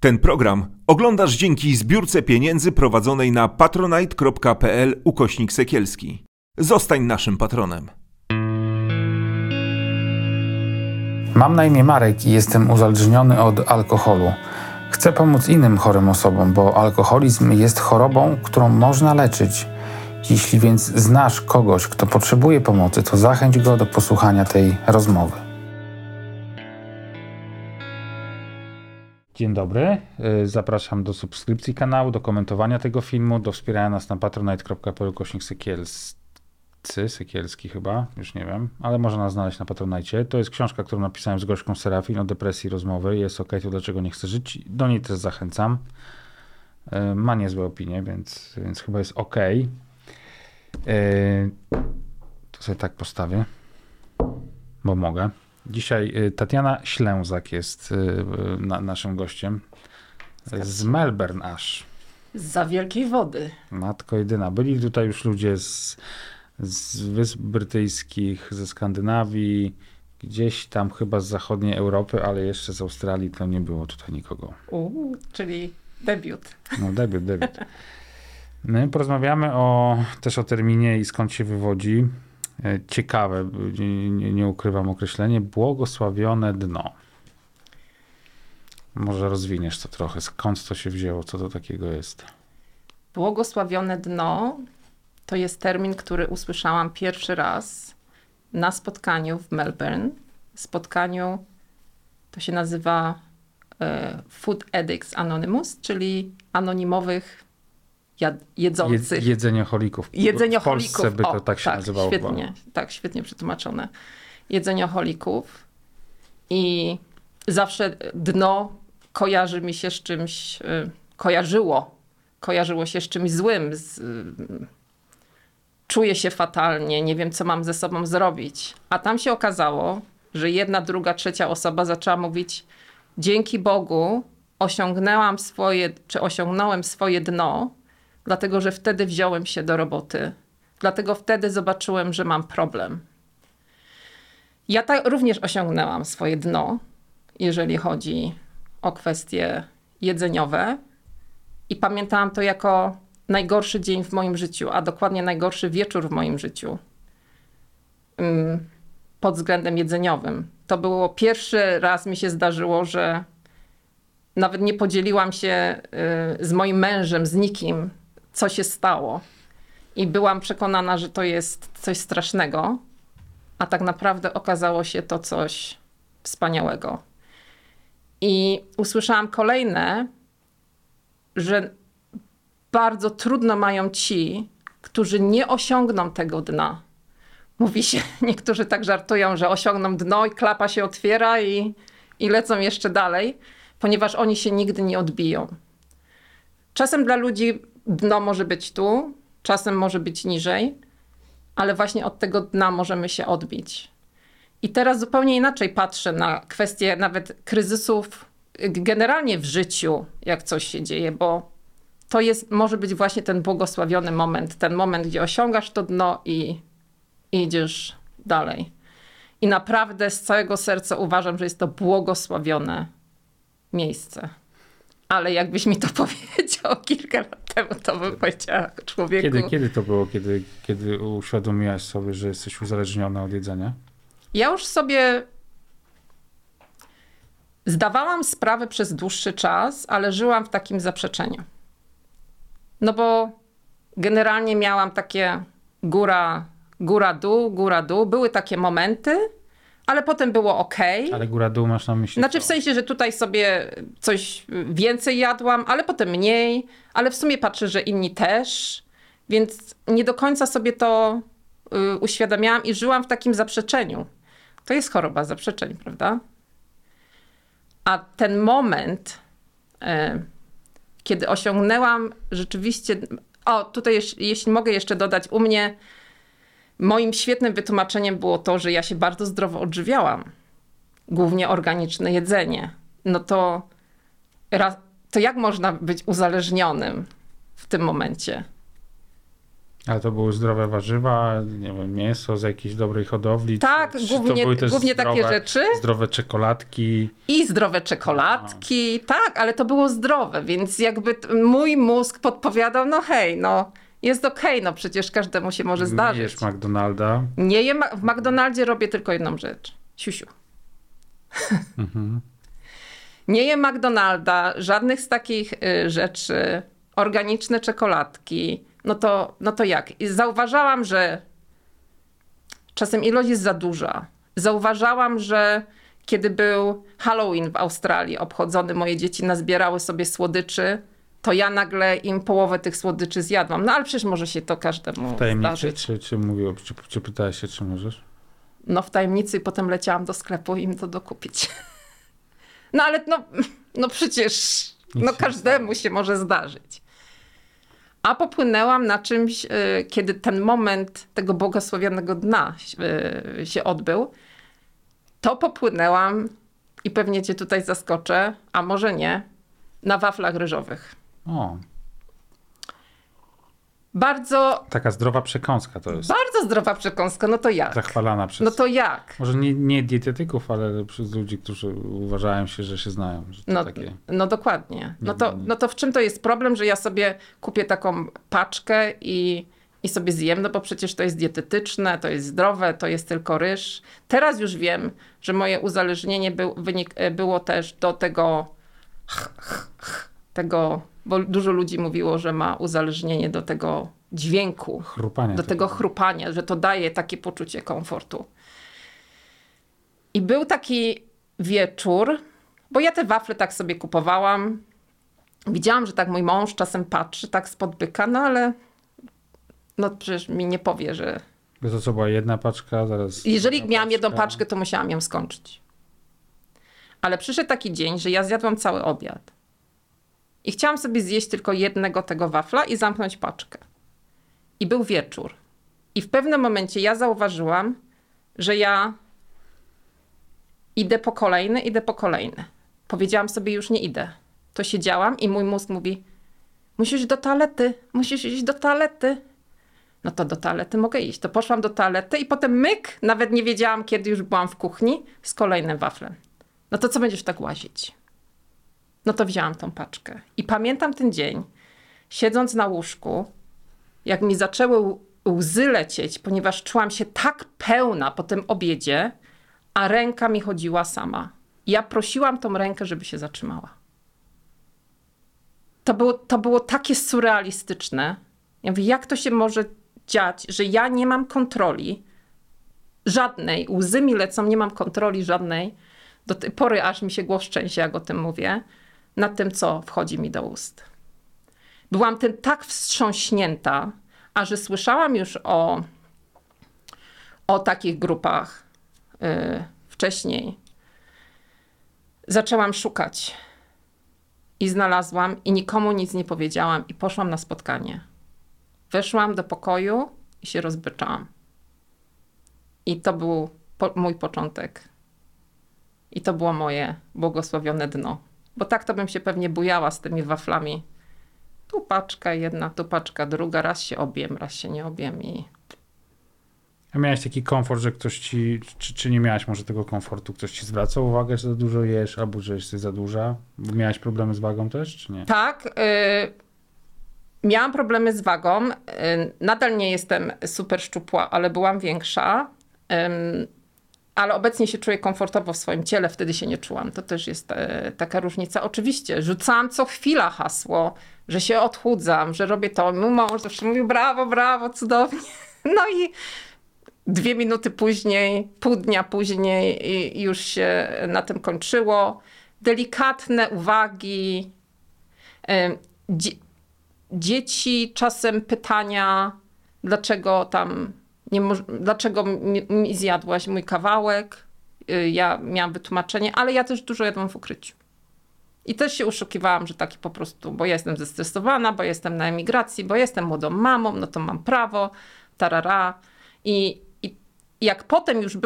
Ten program oglądasz dzięki zbiórce pieniędzy prowadzonej na patronite.pl/Sekielski. Zostań naszym patronem. Mam na imię Marek i jestem uzależniony od alkoholu. Chcę pomóc innym chorym osobom, bo alkoholizm jest chorobą, którą można leczyć. Jeśli więc znasz kogoś, kto potrzebuje pomocy, to zachęć go do posłuchania tej rozmowy. Dzień dobry, zapraszam do subskrypcji kanału, do komentowania tego filmu, do wspierania nas na patronite.pl/Sekielski chyba, już nie wiem, ale można nas znaleźć na Patronite. To jest książka, którą napisałem z Gośką Serafin o depresji rozmowy. Jest ok, to dlaczego nie chcę żyć. Do niej też zachęcam. Ma niezłe opinie, więc chyba jest ok. To sobie tak postawię, bo mogę. Dzisiaj Tatiana Ślęzak jest naszym gościem. Z Melbourne aż. Zza wielkiej wody. Matko jedyna. Byli tutaj już ludzie z Wysp Brytyjskich, ze Skandynawii, gdzieś tam chyba z zachodniej Europy, ale jeszcze z Australii to nie było tutaj nikogo. Czyli debiut. No debiut. My porozmawiamy też o terminie i skąd się wywodzi. Ciekawe, nie ukrywam określenie, błogosławione dno. Może rozwiniesz to trochę, skąd to się wzięło, co to takiego jest? Błogosławione dno to jest termin, który usłyszałam pierwszy raz na spotkaniu w Melbourne. Spotkaniu, to się nazywa Food Addicts Anonymous, czyli anonimowych jedzących. Jedzenioholików. W Polsce by to tak się nazywało. Świetnie przetłumaczone. Jedzenioholików. I zawsze dno kojarzy mi się z czymś, kojarzyło się z czymś złym. Czuję się fatalnie, nie wiem, co mam ze sobą zrobić. A tam się okazało, że jedna, druga, trzecia osoba zaczęła mówić: dzięki Bogu osiągnąłem swoje dno, dlatego że wtedy wziąłem się do roboty. Dlatego wtedy zobaczyłem, że mam problem. Ja również osiągnęłam swoje dno, jeżeli chodzi o kwestie jedzeniowe. I pamiętałam to jako najgorszy dzień w moim życiu, a dokładnie najgorszy wieczór w moim życiu pod względem jedzeniowym. To było pierwszy raz mi się zdarzyło, że nawet nie podzieliłam się z moim mężem, z nikim, co się stało. I byłam przekonana, że to jest coś strasznego, a tak naprawdę okazało się to coś wspaniałego. I usłyszałam kolejne, że bardzo trudno mają ci, którzy nie osiągną tego dna. Mówi się, niektórzy tak żartują, że osiągną dno i klapa się otwiera i lecą jeszcze dalej, ponieważ oni się nigdy nie odbiją. Czasem dla ludzi dno może być tu, czasem może być niżej, ale właśnie od tego dna możemy się odbić. I teraz zupełnie inaczej patrzę na kwestie nawet kryzysów generalnie w życiu, jak coś się dzieje, bo to może być właśnie ten błogosławiony moment, ten moment, gdzie osiągasz to dno i idziesz dalej. I naprawdę z całego serca uważam, że jest to błogosławione miejsce. Ale jakbyś mi to powiedział kilka lat temu, to bym powiedziała człowieku. Kiedy to było, kiedy uświadomiłaś sobie, że jesteś uzależniona od jedzenia? Ja już sobie zdawałam sprawę przez dłuższy czas, ale żyłam w takim zaprzeczeniu. No bo generalnie miałam takie góra-dół. Były takie momenty, ale potem było okej. Ale góra-dół masz na myśli? Znaczy w sensie, że tutaj sobie coś więcej jadłam, ale potem mniej. Ale w sumie patrzę, że inni też. Więc nie do końca sobie to uświadamiałam i żyłam w takim zaprzeczeniu. To jest choroba zaprzeczeń, prawda? A ten moment, kiedy osiągnęłam rzeczywiście... tutaj jeśli mogę jeszcze dodać, u mnie moim świetnym wytłumaczeniem było to, że ja się bardzo zdrowo odżywiałam. Głównie organiczne jedzenie. No to jak można być uzależnionym w tym momencie? Ale to były zdrowe warzywa, nie wiem, mięso z jakiejś dobrej hodowli? Tak, czy głównie, to były też głównie takie rzeczy. Zdrowe czekoladki? I zdrowe czekoladki, tak, ale to było zdrowe, więc jakby mój mózg podpowiadał, no hej, no jest okej, no przecież każdemu się może Nie zdarzyć. jesz McDonalda? Nie jem, w McDonaldzie robię tylko jedną rzecz. Siusiu. Nie jem McDonalda, żadnych z takich rzeczy, organiczne czekoladki, no to jak? I zauważałam, że czasem ilość jest za duża. Zauważałam, że kiedy był Halloween w Australii obchodzony, moje dzieci nazbierały sobie słodyczy, to ja nagle im połowę tych słodyczy zjadłam. No ale przecież może się to każdemu Tajemniczy, zdarzyć. czy mówiło, czy pytałeś się, czy możesz? No w tajemnicy i potem leciałam do sklepu im to dokupić. No ale no przecież no każdemu się może zdarzyć. A popłynęłam na czymś, kiedy ten moment tego błogosławionego dna się odbył, to popłynęłam i pewnie cię tutaj zaskoczę, a może nie, na waflach ryżowych. O, Bardzo, taka zdrowa przekąska to jest. bardzo zdrowa przekąska, no to jak? Zachwalana przez... No to jak? Może nie dietetyków, ale przez ludzi, którzy uważają się, że się znają. Że to takie... No dokładnie. No to w czym to jest problem, że ja sobie kupię taką paczkę i sobie zjem, no bo przecież to jest dietetyczne, to jest zdrowe, to jest tylko ryż. Teraz już wiem, że moje uzależnienie było też do tego, bo dużo ludzi mówiło, że ma uzależnienie do tego dźwięku, Chrupanie. do tego chrupania, że to daje takie poczucie komfortu. I był taki wieczór, bo ja te wafle tak sobie kupowałam. Widziałam, że tak mój mąż czasem patrzy tak spod byka, no ale no przecież mi nie powie, że... Bo to co, była jedna paczka, zaraz... Jeżeli druga miałam jedną paczka. paczkę, to musiałam ją skończyć. Ale przyszedł taki dzień, że ja zjadłam cały obiad. I chciałam sobie zjeść tylko jednego tego wafla i zamknąć paczkę. I był wieczór. I w pewnym momencie ja zauważyłam, że ja idę po kolejny. Powiedziałam sobie, już nie idę. To siedziałam i mój mózg mówi, musisz iść do toalety. No to do toalety mogę iść. To poszłam do toalety i potem myk, nawet nie wiedziałam, kiedy już byłam w kuchni, z kolejnym waflem. No to co będziesz tak łazić? No to wzięłam tą paczkę. I pamiętam ten dzień, siedząc na łóżku, jak mi zaczęły łzy lecieć, ponieważ czułam się tak pełna po tym obiedzie, a ręka mi chodziła sama. Ja prosiłam tą rękę, żeby się zatrzymała. To było takie surrealistyczne. Ja mówię, jak to się może dziać, że ja nie mam kontroli żadnej, łzy mi lecą, nie mam kontroli żadnej, do tej pory aż mi się głos trzęsie, jak o tym mówię, nad tym, co wchodzi mi do ust. Byłam tym tak wstrząśnięta, a że słyszałam już o takich grupach wcześniej, zaczęłam szukać i znalazłam i nikomu nic nie powiedziałam i poszłam na spotkanie. Weszłam do pokoju i się rozbyczałam. I to był mój początek. I to było moje błogosławione dno. Bo tak to bym się pewnie bujała z tymi waflami. Tu paczka jedna, tu paczka druga. Raz się objem, raz się nie objem. A miałeś taki komfort, że ktoś ci, czy nie miałaś może tego komfortu, ktoś ci zwracał uwagę, że za dużo jesz, albo że jesteś za duża? Bo miałaś problemy z wagą też, czy nie? Tak. Miałam problemy z wagą. Nadal nie jestem super szczupła, ale byłam większa. Ale obecnie się czuję komfortowo w swoim ciele, wtedy się nie czułam. To też jest taka różnica. Oczywiście rzucałam co chwila hasło, że się odchudzam, że robię to. Mój mąż zawsze mówił brawo, brawo, cudownie. No i 2 minuty później, pół dnia później i już się na tym kończyło. Delikatne uwagi. Dzieci czasem pytania, dlaczego dlaczego mi zjadłaś mój kawałek? Ja miałam wytłumaczenie, ale ja też dużo jadłam w ukryciu. I też się oszukiwałam, że taki po prostu, bo ja jestem zestresowana, bo jestem na emigracji, bo jestem młodą mamą, no to mam prawo, tarara. I jak potem już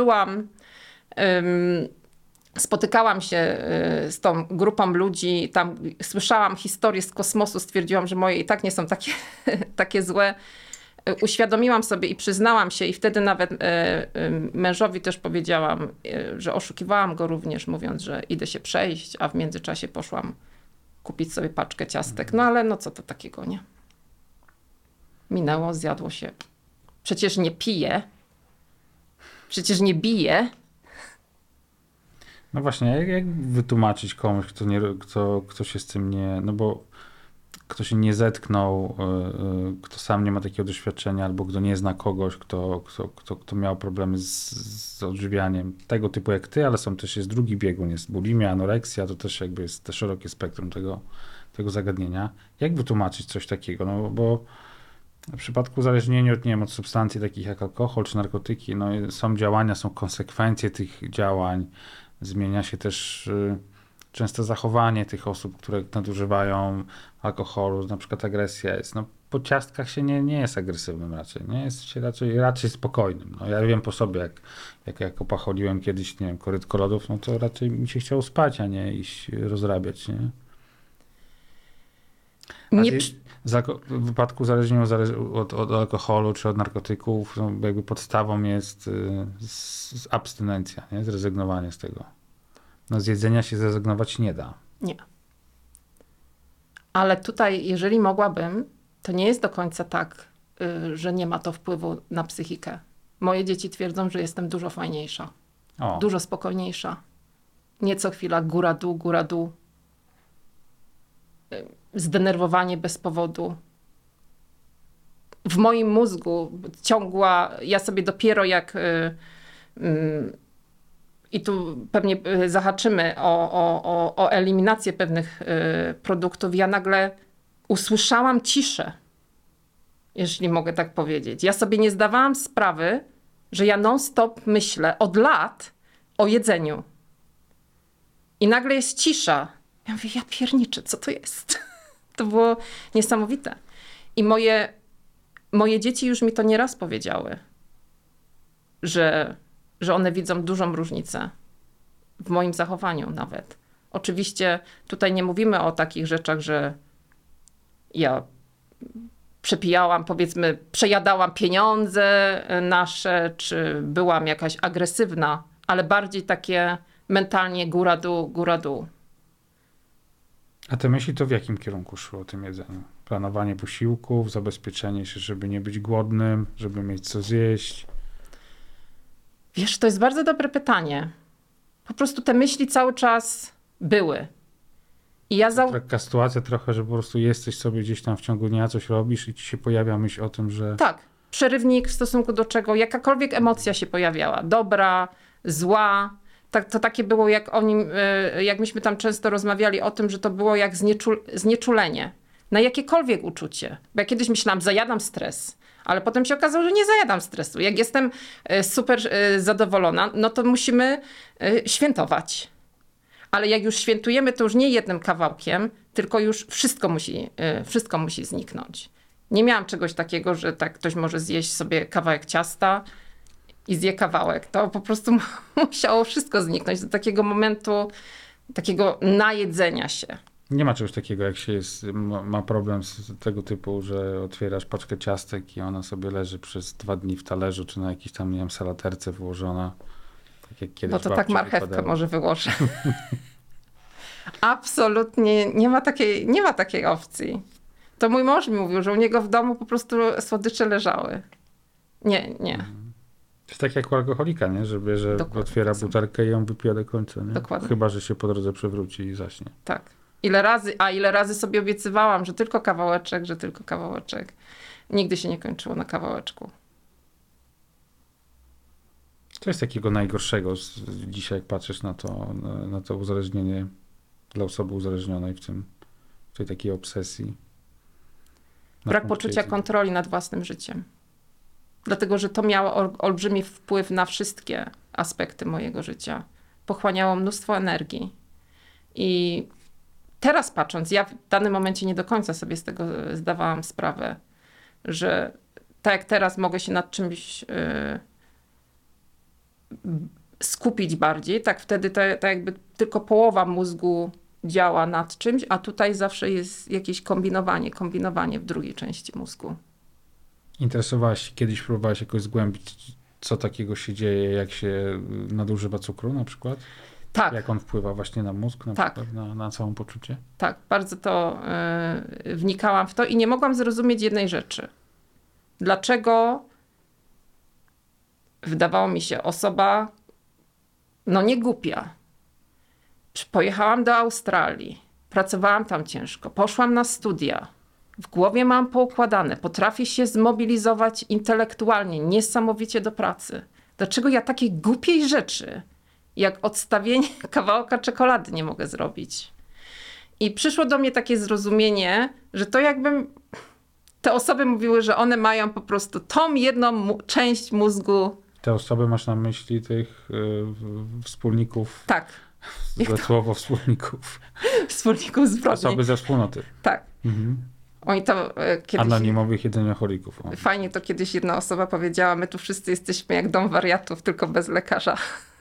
spotykałam się z tą grupą ludzi, tam słyszałam historie z kosmosu, stwierdziłam, że moje i tak nie są takie złe. uświadomiłam sobie i przyznałam się i wtedy nawet mężowi też powiedziałam, że oszukiwałam go również, mówiąc, że idę się przejść, a w międzyczasie poszłam kupić sobie paczkę ciastek. No ale no co to takiego, nie? Minęło, zjadło się. Przecież nie piję. Przecież nie biję. No właśnie, jak wytłumaczyć komuś, kto się z tym nie... No bo kto się nie zetknął, kto sam nie ma takiego doświadczenia, albo kto nie zna kogoś, kto miał problemy z odżywianiem tego typu jak ty, ale jest drugi biegun, jest bulimia, anoreksja, to też jakby jest te szerokie spektrum tego zagadnienia. Jak wytłumaczyć coś takiego? No bo w przypadku uzależnienia od, nie wiem, od substancji takich jak alkohol czy narkotyki, no są działania, są konsekwencje tych działań, zmienia się też często zachowanie tych osób, które nadużywają alkoholu, na przykład agresja jest. No, po ciastkach się nie jest agresywnym raczej, nie? Jest się raczej spokojnym. No, ja wiem po sobie, jak opacholiłem kiedyś, nie wiem, korytko lodów, no to raczej mi się chciało spać, a nie iść rozrabiać, nie? W wypadku uzależnienia od alkoholu czy od narkotyków, no jakby podstawą jest abstynencja, nie? Zrezygnowanie z tego. No z jedzenia się zrezygnować nie da. Nie. Ale tutaj, jeżeli mogłabym, to nie jest do końca tak, że nie ma to wpływu na psychikę. Moje dzieci twierdzą, że jestem dużo fajniejsza. Dużo spokojniejsza. Nie co chwila góra-dół, góra-dół. Zdenerwowanie bez powodu. W moim mózgu ja sobie dopiero jak... I tu pewnie zahaczymy o eliminację pewnych produktów. Ja nagle usłyszałam ciszę, jeśli mogę tak powiedzieć. Ja sobie nie zdawałam sprawy, że ja non-stop myślę od lat o jedzeniu. I nagle jest cisza. Ja mówię, ja pierniczę, co to jest? To było niesamowite. I moje dzieci już mi to nieraz powiedziały, że one widzą dużą różnicę w moim zachowaniu nawet. Oczywiście tutaj nie mówimy o takich rzeczach, że ja przepijałam, powiedzmy, przejadałam pieniądze nasze, czy byłam jakaś agresywna, ale bardziej takie mentalnie góra-dół, góra-dół. A te myśli to w jakim kierunku szło o tym jedzeniu? Planowanie posiłków, zabezpieczenie się, żeby nie być głodnym, żeby mieć co zjeść? Wiesz, to jest bardzo dobre pytanie. Po prostu te myśli cały czas były. I ja Taka sytuacja trochę, że po prostu jesteś sobie gdzieś tam w ciągu dnia, coś robisz i ci się pojawia myśl o tym, że... Tak. Przerywnik w stosunku do czego, jakakolwiek emocja się pojawiała. Dobra, zła. To takie było jak myśmy tam często rozmawiali o tym, że to było jak znieczulenie. Na jakiekolwiek uczucie. Bo ja kiedyś myślałam, zajadam stres. Ale potem się okazało, że nie zajadam stresu. Jak jestem super zadowolona, no to musimy świętować. Ale jak już świętujemy, to już nie jednym kawałkiem, tylko już wszystko musi zniknąć. Nie miałam czegoś takiego, że tak ktoś może zjeść sobie kawałek ciasta i zje kawałek. To po prostu musiało wszystko zniknąć do takiego momentu, takiego najedzenia się. Nie ma czegoś takiego, jak się ma problem z tego typu, że otwierasz paczkę ciastek i ona sobie leży przez 2 dni w talerzu, czy na jakiejś tam, nie wiem, salaterce wyłożona. Tak jak kiedyś. No to tak marchewkę może wyłożę. Absolutnie nie ma takiej opcji. To mój mąż mi mówił, że u niego w domu po prostu słodycze leżały. Nie. To jest tak jak u alkoholika, nie? Że bierze, otwiera butelkę i ją wypija do końca. Nie? Dokładnie. Chyba że się po drodze przewróci i zaśnie. Tak. Ile razy sobie obiecywałam, że tylko kawałeczek. Nigdy się nie kończyło na kawałeczku. Co jest takiego najgorszego dzisiaj, jak patrzysz na to uzależnienie dla osoby uzależnionej w tej takiej obsesji? Brak poczucia kontroli nad własnym życiem. Dlatego, że to miało olbrzymi wpływ na wszystkie aspekty mojego życia. Pochłaniało mnóstwo energii. I teraz patrząc, ja w danym momencie nie do końca sobie z tego zdawałam sprawę, że tak jak teraz mogę się nad czymś skupić bardziej, tak wtedy tak jakby tylko połowa mózgu działa nad czymś, a tutaj zawsze jest jakieś kombinowanie w drugiej części mózgu. Interesowałaś się kiedyś, próbowałaś jakoś zgłębić, co takiego się dzieje, jak się nadużywa cukru na przykład? Tak, Jak on wpływa właśnie na mózg, na Tak. przykład, na samopoczucie? tak, bardzo to wnikałam w to i nie mogłam zrozumieć jednej rzeczy. Dlaczego wydawało mi się osoba, no nie głupia. Pojechałam do Australii, pracowałam tam ciężko, poszłam na studia. W głowie mam poukładane, potrafię się zmobilizować intelektualnie, niesamowicie do pracy. Dlaczego ja takiej głupiej rzeczy, jak odstawienie kawałka czekolady nie mogę zrobić? I przyszło do mnie takie zrozumienie, że to jakbym... Te osoby mówiły, że one mają po prostu tą jedną część mózgu. Te osoby masz na myśli tych wspólników, Tak, złe słowo wspólników, wspólników zbrodni. osoby ze wspólnoty. Tak. Mhm. Oni to kiedyś... Anonimowych jedzeniocholików. O. Fajnie to kiedyś jedna osoba powiedziała, my tu wszyscy jesteśmy jak dom wariatów, tylko bez lekarza.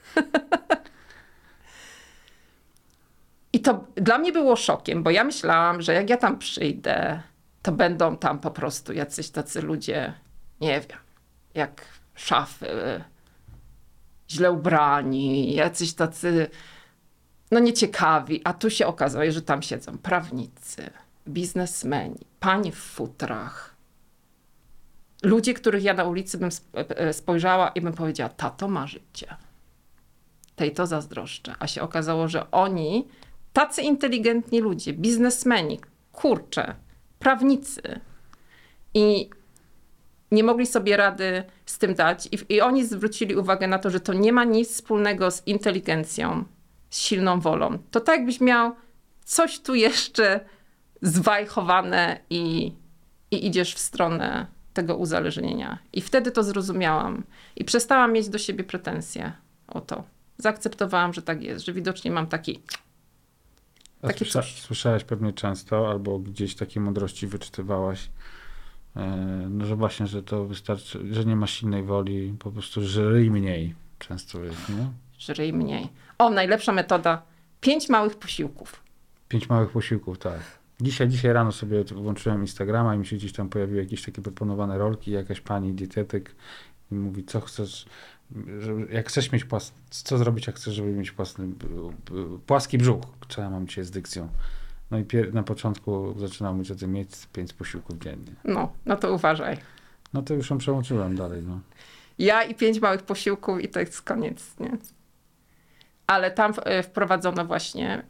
I to dla mnie było szokiem, bo ja myślałam, że jak ja tam przyjdę, to będą tam po prostu jacyś tacy ludzie, nie wiem, jak szafy, źle ubrani, jacyś tacy, no nieciekawi. A tu się okazuje, że tam siedzą prawnicy, biznesmeni, panie w futrach. Ludzie, których ja na ulicy bym spojrzała i bym powiedziała, tato ma życie. Tej to zazdroszczę. A się okazało, że oni, tacy inteligentni ludzie, biznesmeni, kurcze, prawnicy i nie mogli sobie rady z tym dać. I oni zwrócili uwagę na to, że to nie ma nic wspólnego z inteligencją, z silną wolą. To tak jakbyś miał coś tu jeszcze zwajchowane i idziesz w stronę tego uzależnienia. I wtedy to zrozumiałam. I przestałam mieć do siebie pretensje o to. Zaakceptowałam, że tak jest, że widocznie mam taki coś. Słyszałaś pewnie często, albo gdzieś takie mądrości wyczytywałaś, no, że właśnie, że to wystarczy, że nie ma silnej woli, po prostu żyj mniej. Często jest, nie? Żyj mniej. O, najlepsza metoda. 5 małych posiłków. 5 małych posiłków, tak. Dzisiaj rano sobie włączyłem Instagrama i mi się gdzieś tam pojawiły jakieś takie proponowane rolki, jakaś pani dietetyk i mówi, co chcesz, jak chcesz mieć co zrobić, jak chcesz, żeby mieć płaski brzuch, co ja mam dzisiaj z dykcją. No i na początku zaczynam mówić o tym, mieć 5 posiłków dziennie. No to uważaj. No to już ją przełączyłem dalej, no. Ja i 5 małych posiłków i to jest koniec, nie? Ale tam wprowadzono właśnie...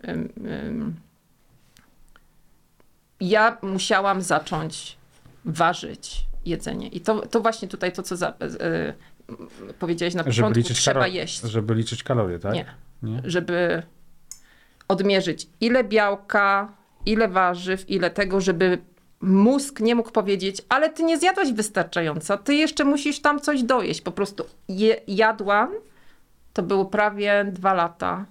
ja musiałam zacząć ważyć jedzenie. I to właśnie tutaj to, co powiedziałeś na początku, trzeba jeść. Żeby liczyć kalorie, tak? Nie. Żeby odmierzyć ile białka, ile warzyw, ile tego, żeby mózg nie mógł powiedzieć, ale ty nie zjadłaś wystarczająco, ty jeszcze musisz tam coś dojeść. Po prostu jadłam, to było prawie 2 lata.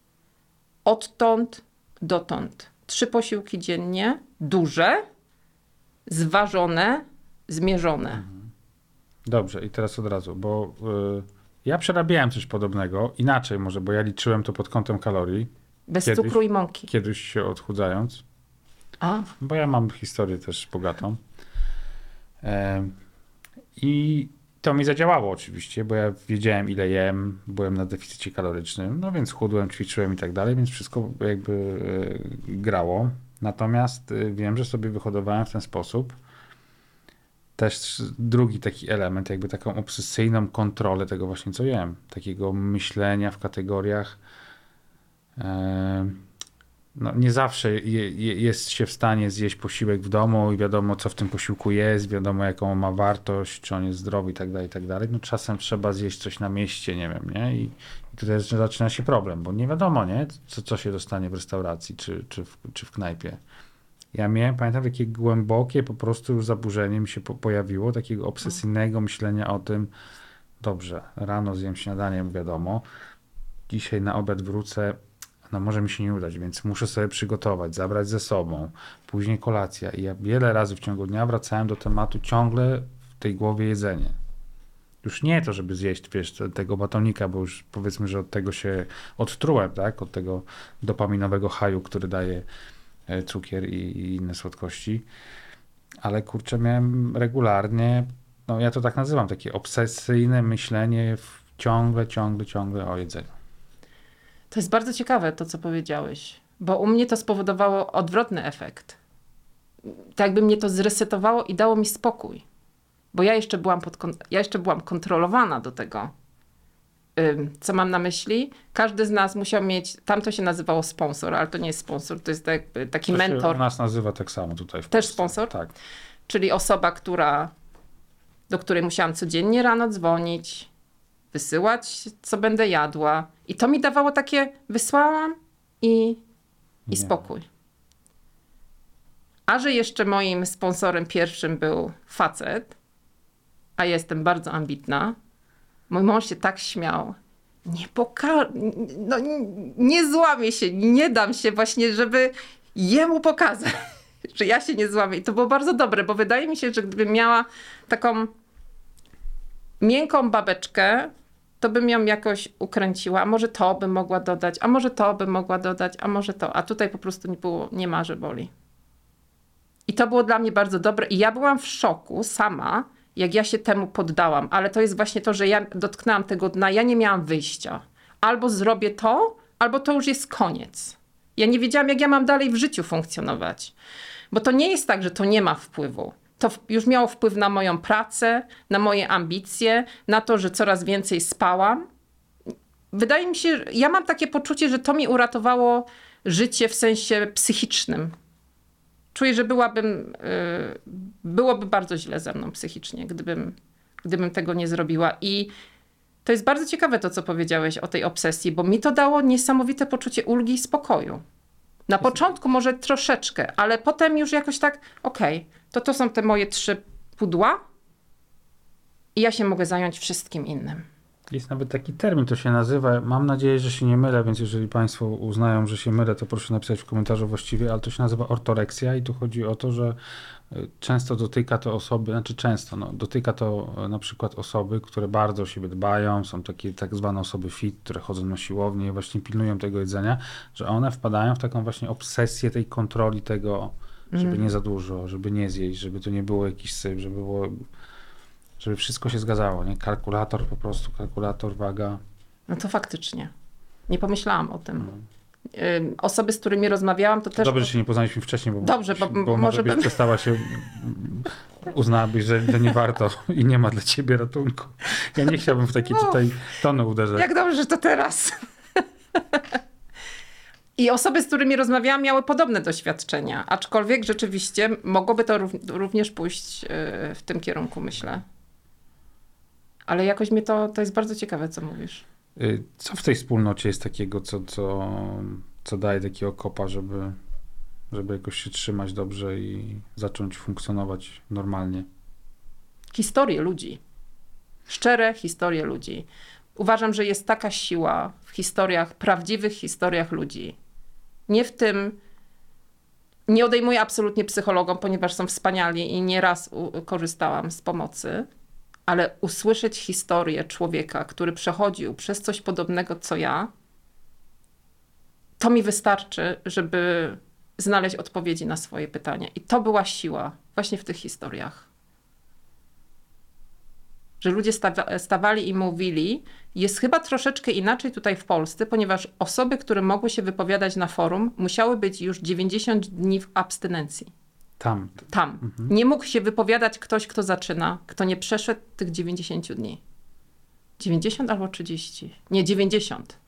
Odtąd dotąd. 3 posiłki dziennie, duże, zważone, zmierzone. Dobrze, i teraz od razu, bo ja przerabiałem coś podobnego, inaczej może, bo ja liczyłem to pod kątem kalorii. Bez cukru i mąki. Kiedyś się odchudzając. Bo ja mam historię też bogatą. I to mi zadziałało oczywiście, bo ja wiedziałem ile jem, byłem na deficycie kalorycznym, no więc chudłem, ćwiczyłem i tak dalej, więc wszystko jakby grało. Natomiast wiem, że sobie wyhodowałem w ten sposób też drugi taki element, jakby taką obsesyjną kontrolę tego właśnie, co jem. Takiego myślenia w kategoriach no nie zawsze jest się w stanie zjeść posiłek w domu i wiadomo, co w tym posiłku jest, wiadomo, jaką ma wartość, czy on jest zdrowy i tak dalej. No czasem trzeba zjeść coś na mieście, nie wiem, nie? I tutaj zaczyna się problem, bo nie wiadomo, nie? Co się dostanie w restauracji, czy w knajpie. Ja miałem, pamiętam, takie głębokie po prostu już zaburzenie mi się pojawiło, takiego obsesyjnego myślenia o tym, dobrze, rano zjem śniadanie, wiadomo, dzisiaj na obiad wrócę, no może mi się nie udać, więc muszę sobie przygotować, zabrać ze sobą, później kolacja. I ja wiele razy w ciągu dnia wracałem do tematu ciągle w tej głowie jedzenie. Już nie to, żeby zjeść, wiesz, tego batonika, bo już powiedzmy, że od tego się odtrułem, tak? Od tego dopaminowego haju, który daje cukier i inne słodkości. Ale kurczę, miałem regularnie no ja to tak nazywam, takie obsesyjne myślenie ciągle o jedzeniu. To jest bardzo ciekawe to, co powiedziałeś, bo u mnie to spowodowało odwrotny efekt. Tak jakby mnie to zresetowało i dało mi spokój. Bo ja jeszcze byłam kontrolowana do tego. Co mam na myśli? Każdy z nas musiał mieć, tam to się nazywało sponsor, ale to nie jest sponsor, to jest taki To mentor. się u nas nazywa tak samo tutaj w Też Polsce. sponsor? Tak. Czyli osoba, do której musiałam codziennie rano dzwonić, wysyłać, co będę jadła. I to mi dawało takie, wysłałam i Nie. spokój. A że jeszcze moim sponsorem pierwszym był facet, a ja jestem bardzo ambitna, mój mąż się tak śmiał. Nie złamię się, nie dam się właśnie, żeby jemu pokazać, że ja się nie złamię. I to było bardzo dobre, bo wydaje mi się, że gdybym miała taką miękką babeczkę, to bym ją jakoś ukręciła. A może to bym mogła dodać, a może to bym mogła dodać, a może to. A tutaj po prostu nie ma, że boli. I to było dla mnie bardzo dobre. I ja byłam w szoku sama, jak ja się temu poddałam. Ale to jest właśnie to, że ja dotknęłam tego dna. Ja nie miałam wyjścia. Albo zrobię to, albo to już jest koniec. Ja nie wiedziałam, jak ja mam dalej w życiu funkcjonować. Bo to nie jest tak, że to nie ma wpływu. To już miało wpływ na moją pracę, na moje ambicje, na to, że coraz więcej spałam. Wydaje mi się, ja mam takie poczucie, że to mi uratowało życie w sensie psychicznym. Czuję, że byłoby bardzo źle ze mną psychicznie, gdybym tego nie zrobiła. I to jest bardzo ciekawe to, co powiedziałeś o tej obsesji, bo mi to dało niesamowite poczucie ulgi i spokoju. Na początku może troszeczkę, ale potem już jakoś tak, to są te moje 3 pudła i ja się mogę zająć wszystkim innym. Jest nawet taki termin, to się nazywa, mam nadzieję, że się nie mylę, więc jeżeli Państwo uznają, że się mylę, to proszę napisać w komentarzu właściwie, ale to się nazywa ortoreksja i tu chodzi o to, że często dotyka to osoby, dotyka to na przykład osoby, które bardzo o siebie dbają, są takie tak zwane osoby fit, które chodzą na siłownię i właśnie pilnują tego jedzenia, że one wpadają w taką właśnie obsesję tej kontroli tego, żeby nie za dużo, żeby nie zjeść, żeby to nie było jakiś syf, żeby wszystko się zgadzało, nie? Kalkulator, waga. No to faktycznie. Nie pomyślałam o tym. Osoby, z którymi rozmawiałam, to też... Dobrze, że się nie poznaliśmy wcześniej, bo może byś przestała się, uznałabyś, że nie warto i nie ma dla ciebie ratunku. Ja nie chciałbym w takie tutaj tony uderzać. Jak dobrze, że to teraz. I osoby, z którymi rozmawiałam, miały podobne doświadczenia, aczkolwiek rzeczywiście mogłoby to również pójść w tym kierunku, myślę. Ale jakoś mnie to jest bardzo ciekawe, co mówisz. Co w tej wspólnocie jest takiego, co daje takiego kopa, żeby jakoś się trzymać dobrze i zacząć funkcjonować normalnie? Historie ludzi. Szczere historie ludzi. Uważam, że jest taka siła w historiach, prawdziwych historiach ludzi. Nie odejmuję absolutnie psychologom, ponieważ są wspaniali i nieraz korzystałam z pomocy, ale usłyszeć historię człowieka, który przechodził przez coś podobnego co ja, to mi wystarczy, żeby znaleźć odpowiedzi na swoje pytania. I to była siła właśnie w tych historiach. Że ludzie stawali i mówili, jest chyba troszeczkę inaczej tutaj w Polsce, ponieważ osoby, które mogły się wypowiadać na forum, musiały być już 90 dni w abstynencji. Tam. Mhm. Nie mógł się wypowiadać ktoś, kto zaczyna, kto nie przeszedł tych 90 dni. 90 albo 30? Nie, 90.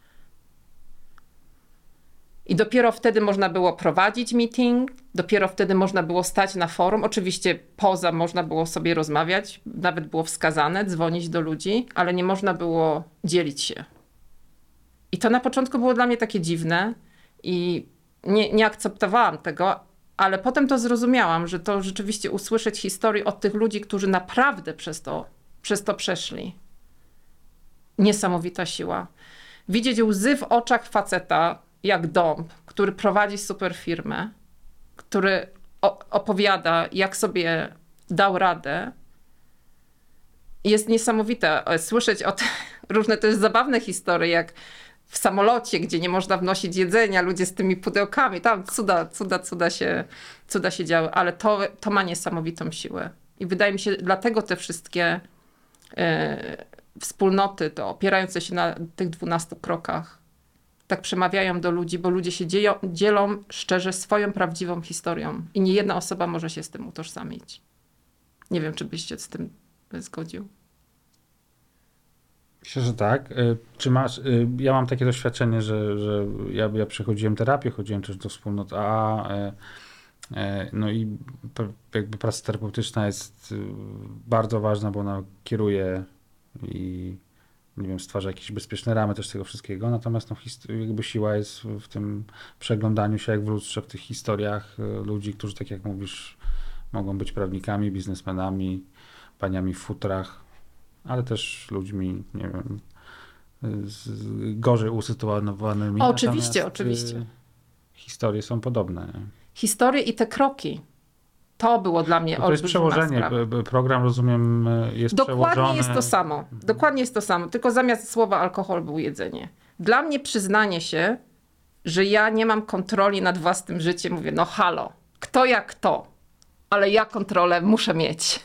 I dopiero wtedy można było prowadzić meeting, dopiero wtedy można było stać na forum. Oczywiście poza można było sobie rozmawiać, nawet było wskazane, dzwonić do ludzi, ale nie można było dzielić się. I to na początku było dla mnie takie dziwne i nie akceptowałam tego, ale potem to zrozumiałam, że to rzeczywiście usłyszeć historię od tych ludzi, którzy naprawdę przez to przeszli. Niesamowita siła. Widzieć łzy w oczach faceta, jak Dąb, który prowadzi super firmę, który opowiada, jak sobie dał radę, jest niesamowite. Słyszeć o te różne też zabawne historie, jak w samolocie, gdzie nie można wnosić jedzenia, ludzie z tymi pudełkami, tam cuda się działy, ale to ma niesamowitą siłę. I wydaje mi się, dlatego te wszystkie wspólnoty, to opierające się na tych 12 krokach, tak przemawiają do ludzi, bo ludzie się dzielą szczerze swoją prawdziwą historią i nie jedna osoba może się z tym utożsamić. Nie wiem, czy byś się z tym zgodził. Myślę, że tak. Czy masz, ja mam takie doświadczenie, że ja przechodziłem terapię, chodziłem też do wspólnot AA, no i jakby praca terapeutyczna jest bardzo ważna, bo ona kieruje i nie wiem, stwarza jakieś bezpieczne ramy też tego wszystkiego, natomiast no, jakby siła jest w tym przeglądaniu się jak w lustrze, w tych historiach ludzi, którzy, tak jak mówisz, mogą być prawnikami, biznesmenami, paniami w futrach, ale też ludźmi, nie wiem, gorzej usytuowanymi. Oczywiście, oczywiście. Historie są podobne. Nie? Historie i te kroki. To było dla mnie to jest przełożenie. Program, rozumiem, jest Dokładnie przełożony. jest to samo. Dokładnie jest to samo. Tylko zamiast słowa alkohol był jedzenie. Dla mnie przyznanie się, że ja nie mam kontroli nad własnym życiem. Mówię, no halo, kto jak kto, ale ja kontrolę muszę mieć.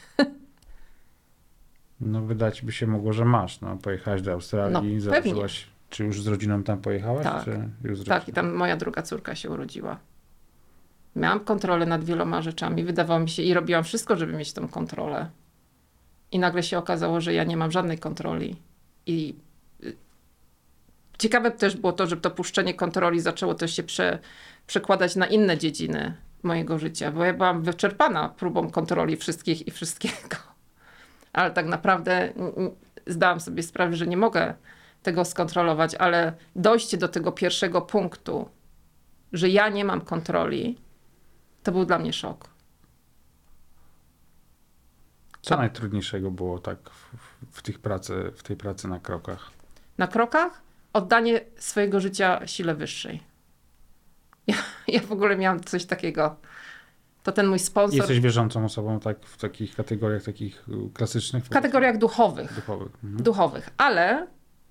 No wydać by się mogło, że masz. No, pojechałaś do Australii, No, założyłaś. Czy już z rodziną tam pojechałaś? Tak, czy już z tak, i tam moja druga córka się urodziła. Miałam kontrolę nad wieloma rzeczami. Wydawało mi się i robiłam wszystko, żeby mieć tą kontrolę. I nagle się okazało, że ja nie mam żadnej kontroli. I ciekawe też było to, że to puszczenie kontroli zaczęło też się przekładać na inne dziedziny mojego życia, bo ja byłam wyczerpana próbą kontroli wszystkich i wszystkiego. Ale tak naprawdę zdałam sobie sprawę, że nie mogę tego skontrolować, ale dojście do tego pierwszego punktu, że ja nie mam kontroli, to był dla mnie szok. Co najtrudniejszego było tak w tej pracy na krokach? Na krokach oddanie swojego życia sile wyższej. Ja w ogóle miałam coś takiego. To ten mój sponsor... Jesteś wierzącą osobą tak w takich kategoriach takich klasycznych? W kategoriach duchowych. Duchowych. Ale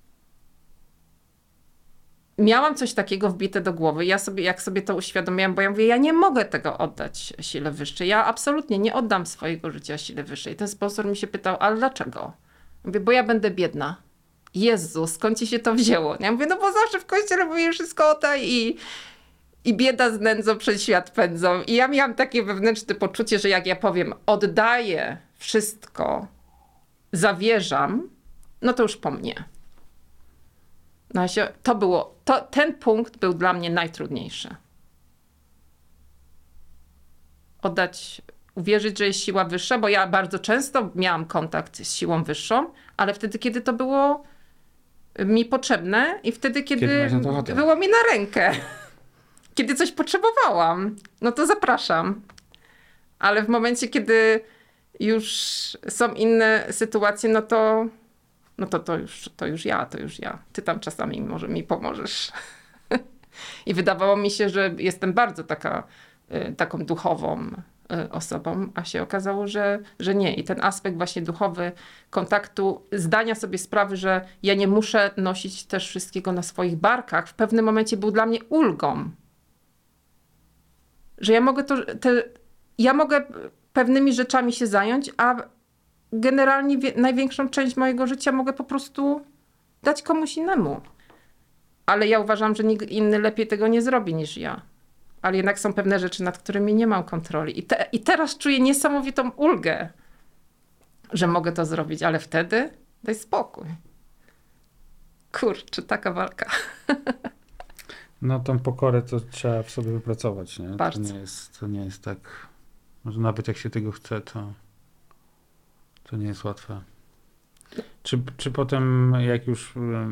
miałam coś takiego wbite do głowy. Jak sobie to uświadomiłam, bo ja mówię, ja nie mogę tego oddać sile wyższej. Ja absolutnie nie oddam swojego życia sile wyższej. Ten sponsor mi się pytał, ale dlaczego? Mówię, bo ja będę biedna. Jezu, skąd ci się to wzięło? Ja mówię, no bo zawsze w kościele mówię, wszystko oddaj i bieda z nędzą przed świat pędzą. I ja miałam takie wewnętrzne poczucie, że jak ja powiem, oddaję wszystko, zawierzam, no to już po mnie. No ten punkt był dla mnie najtrudniejszy. Uwierzyć, że jest siła wyższa, bo ja bardzo często miałam kontakt z siłą wyższą, ale wtedy, kiedy to było mi potrzebne i wtedy, kiedy było mi na rękę. Kiedy coś potrzebowałam, no to zapraszam. Ale w momencie, kiedy już są inne sytuacje, to już ja. Ty tam czasami może mi pomożesz. I wydawało mi się, że jestem bardzo taką duchową osobą, a się okazało, że nie. I ten aspekt właśnie duchowy kontaktu, zdania sobie sprawy, że ja nie muszę nosić też wszystkiego na swoich barkach, w pewnym momencie był dla mnie ulgą. Że ja mogę pewnymi rzeczami się zająć, a generalnie największą część mojego życia mogę po prostu dać komuś innemu. Ale ja uważam, że nikt inny lepiej tego nie zrobi niż ja. Ale jednak są pewne rzeczy, nad którymi nie mam kontroli. I teraz czuję niesamowitą ulgę, że mogę to zrobić, ale wtedy daj spokój. Kurczę, taka walka. No tą pokorę to trzeba w sobie wypracować, nie? Bardzo. To nie jest tak, że nawet jak się tego chce, to nie jest łatwe. Czy potem jak już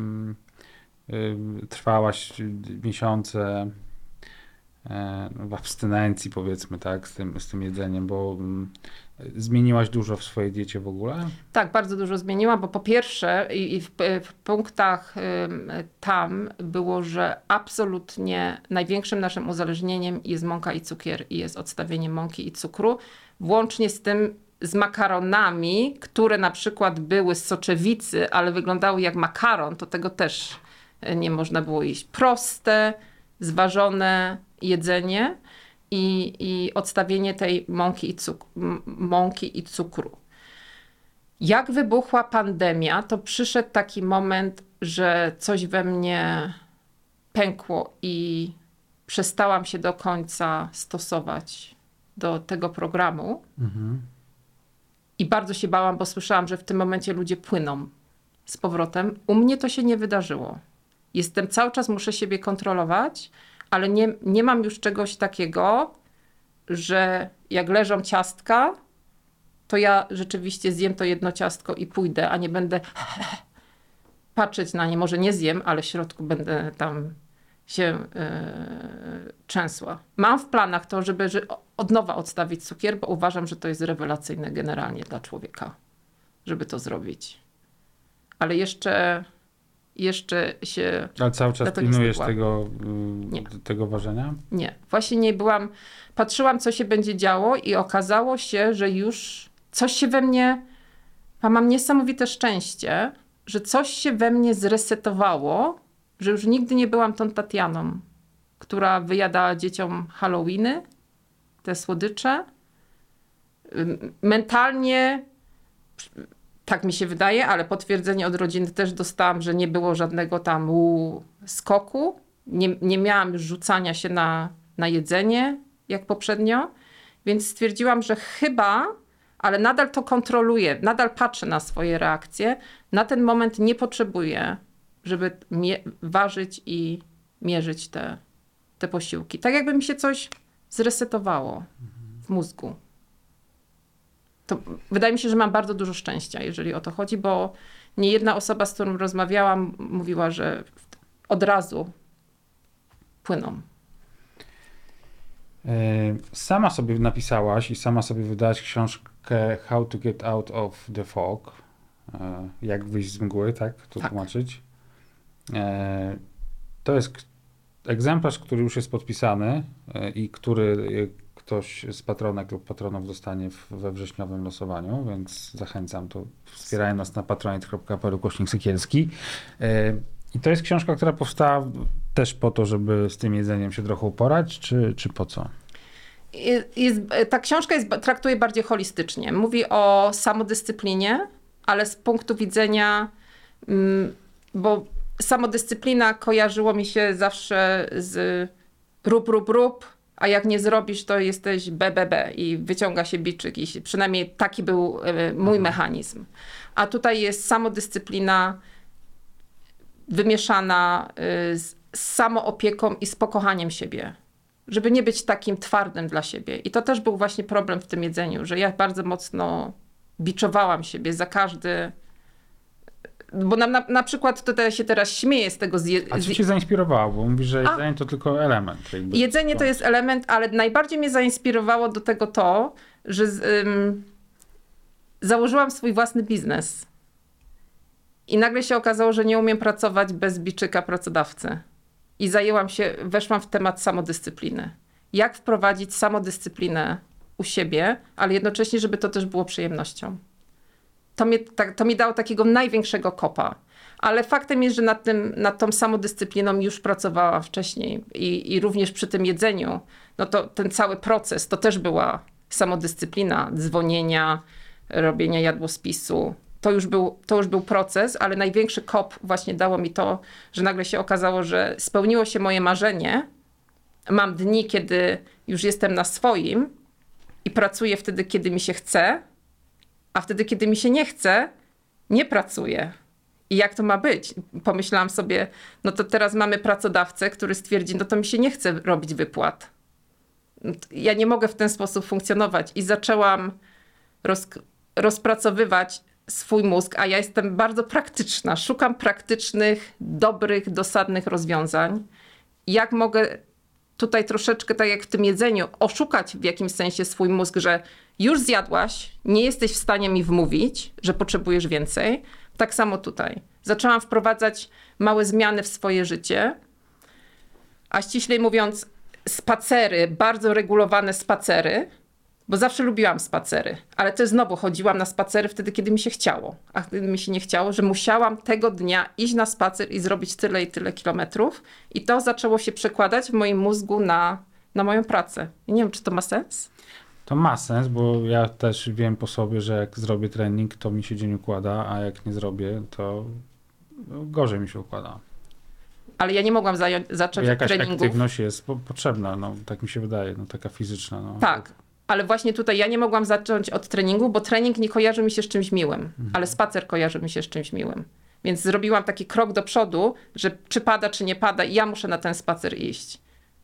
trwałaś miesiące w abstynencji, powiedzmy, tak, z tym jedzeniem, bo zmieniłaś dużo w swojej diecie w ogóle? Tak, bardzo dużo zmieniłam, bo po pierwsze i w punktach tam było, że absolutnie największym naszym uzależnieniem jest mąka i cukier i jest odstawienie mąki i cukru, włącznie z makaronami, które na przykład były z soczewicy, ale wyglądały jak makaron, to tego też nie można było jeść. Proste, zważone jedzenie i odstawienie tej mąki i cukru. Jak wybuchła pandemia, to przyszedł taki moment, że coś we mnie pękło i przestałam się do końca stosować do tego programu. I bardzo się bałam, bo słyszałam, że w tym momencie ludzie płyną z powrotem. U mnie to się nie wydarzyło. Cały czas muszę siebie kontrolować, ale nie mam już czegoś takiego, że jak leżą ciastka, to ja rzeczywiście zjem to jedno ciastko i pójdę, a nie będę patrzeć na nie. Może nie zjem, ale w środku będę tam się trzęsła. Mam w planach to, żeby od nowa odstawić cukier, bo uważam, że to jest rewelacyjne generalnie dla człowieka, żeby to zrobić. Ale jeszcze się... Ale cały czas pilnujesz tego ważenia? Nie. Właśnie nie byłam... Patrzyłam, co się będzie działo i okazało się, że już coś się we mnie... Mam niesamowite szczęście, że coś się we mnie zresetowało, że już nigdy nie byłam tą Tatianą, która wyjadała dzieciom Halloweeny, te słodycze. Mentalnie, tak mi się wydaje, ale potwierdzenie od rodziny też dostałam, że nie było żadnego tam skoku. Nie miałam już rzucania się na jedzenie, jak poprzednio. Więc stwierdziłam, że chyba, ale nadal to kontroluję, nadal patrzę na swoje reakcje. Na ten moment nie potrzebuję, żeby ważyć i mierzyć te posiłki. Tak jakby mi się coś zresetowało w mózgu. To wydaje mi się, że mam bardzo dużo szczęścia, jeżeli o to chodzi, bo nie jedna osoba, z którą rozmawiałam, mówiła, że od razu płyną. Sama sobie napisałaś i sama sobie wydałaś książkę How to get out of the fog. Jak wyjść z mgły, tak? To tak. Tłumaczyć. To jest egzemplarz, który już jest podpisany i który ktoś z patronek lub patronów dostanie we wrześniowym losowaniu, więc zachęcam, to wspierają nas na patronite.pl/Sykielski. I to jest książka, która powstała też po to, żeby z tym jedzeniem się trochę uporać, czy po co? Ta książka traktuje bardziej holistycznie. Mówi o samodyscyplinie, ale z punktu widzenia, bo samodyscyplina kojarzyło mi się zawsze z rób, a jak nie zrobisz, to jesteś BBB i wyciąga się biczyk. I przynajmniej taki był mój mechanizm. A tutaj jest samodyscyplina wymieszana z samoopieką i z pokochaniem siebie. Żeby nie być takim twardym dla siebie. I to też był właśnie problem w tym jedzeniu, że ja bardzo mocno biczowałam siebie za każdy... Bo na przykład tutaj się teraz śmieję z tego... A co cię zainspirowało? Bo mówisz, że jedzenie to tylko element. Jedzenie to jest element, ale najbardziej mnie zainspirowało do tego to, że założyłam swój własny biznes. I nagle się okazało, że nie umiem pracować bez biczyka pracodawcy. I weszłam w temat samodyscypliny. Jak wprowadzić samodyscyplinę u siebie, ale jednocześnie, żeby to też było przyjemnością. To mi dało takiego największego kopa. Ale faktem jest, że nad tą samodyscypliną już pracowałam wcześniej. I również przy tym jedzeniu, no to ten cały proces, to też była samodyscyplina dzwonienia, robienia jadłospisu. To już był proces, ale największy kop właśnie dało mi to, że nagle się okazało, że spełniło się moje marzenie. Mam dni, kiedy już jestem na swoim i pracuję wtedy, kiedy mi się chce, a wtedy, kiedy mi się nie chce, nie pracuję. I jak to ma być? Pomyślałam sobie, no to teraz mamy pracodawcę, który stwierdzi, no to mi się nie chce robić wypłat. Ja nie mogę w ten sposób funkcjonować. I zaczęłam rozpracowywać swój mózg, a ja jestem bardzo praktyczna. Szukam praktycznych, dobrych, dosadnych rozwiązań. Jak mogę tutaj troszeczkę, tak jak w tym jedzeniu, oszukać w jakimś sensie swój mózg, że już zjadłaś, nie jesteś w stanie mi wmówić, że potrzebujesz więcej. Tak samo tutaj. Zaczęłam wprowadzać małe zmiany w swoje życie, a ściślej mówiąc spacery, bardzo regulowane spacery, bo zawsze lubiłam spacery, ale też znowu chodziłam na spacery wtedy, kiedy mi się chciało. A kiedy mi się nie chciało, że musiałam tego dnia iść na spacer i zrobić tyle i tyle kilometrów. I to zaczęło się przekładać w moim mózgu na na moją pracę. I nie wiem, czy to ma sens? To ma sens, bo ja też wiem po sobie, że jak zrobię trening, to mi się dzień układa, a jak nie zrobię, to gorzej mi się układa. Ale ja nie mogłam zacząć od Jakaś treningów. aktywność jest potrzebna, no tak mi się wydaje, no taka fizyczna. No. Tak, ale właśnie tutaj ja nie mogłam zacząć od treningu, bo trening nie kojarzy mi się z czymś miłym, ale spacer kojarzy mi się z czymś miłym. Więc zrobiłam taki krok do przodu, że czy pada, czy nie pada i ja muszę na ten spacer iść.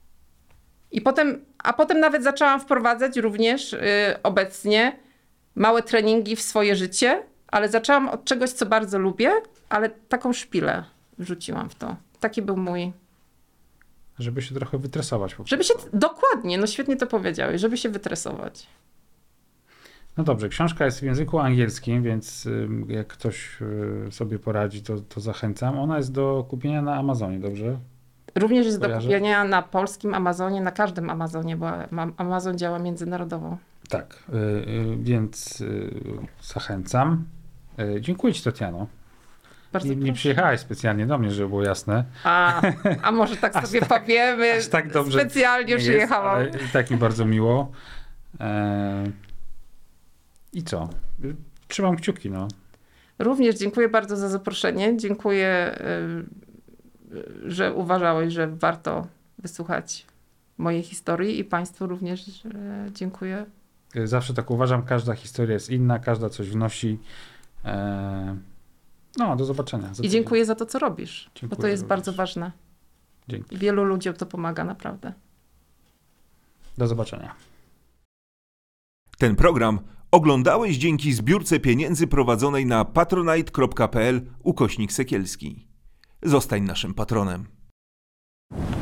A potem nawet zaczęłam wprowadzać również obecnie małe treningi w swoje życie, ale zaczęłam od czegoś, co bardzo lubię, ale taką szpilę wrzuciłam w to. Taki był mój... Żeby się trochę wytresować po prostu. Żeby się... Dokładnie, no świetnie to powiedziałeś, żeby się wytresować. No dobrze, książka jest w języku angielskim, więc jak ktoś sobie poradzi, to zachęcam. Ona jest do kupienia na Amazonie, dobrze? Również jest do Kojarzę? kupienia na polskim Amazonie, na każdym Amazonie, bo Amazon działa międzynarodowo. Tak, więc zachęcam. Dziękuję ci, Tatiano. Bardzo Nie proszę. przyjechałeś specjalnie do mnie, żeby było jasne. A może tak sobie powiemy, Aż tak dobrze specjalnie nie przyjechałam. jest, ale i tak mi bardzo miło. I co? Trzymam kciuki, no. Również dziękuję bardzo za zaproszenie. Dziękuję, że uważałeś, że warto wysłuchać mojej historii i państwu również dziękuję. Zawsze tak uważam, każda historia jest inna, każda coś wnosi. No, do zobaczenia. I dziękuję za to, co robisz, bo Dziękuję to jest również. bardzo ważne. Dzięki. I wielu ludziom to pomaga naprawdę. Do zobaczenia. Ten program oglądałeś dzięki zbiórce pieniędzy prowadzonej na patronite.pl/Sekielski. Zostań naszym patronem.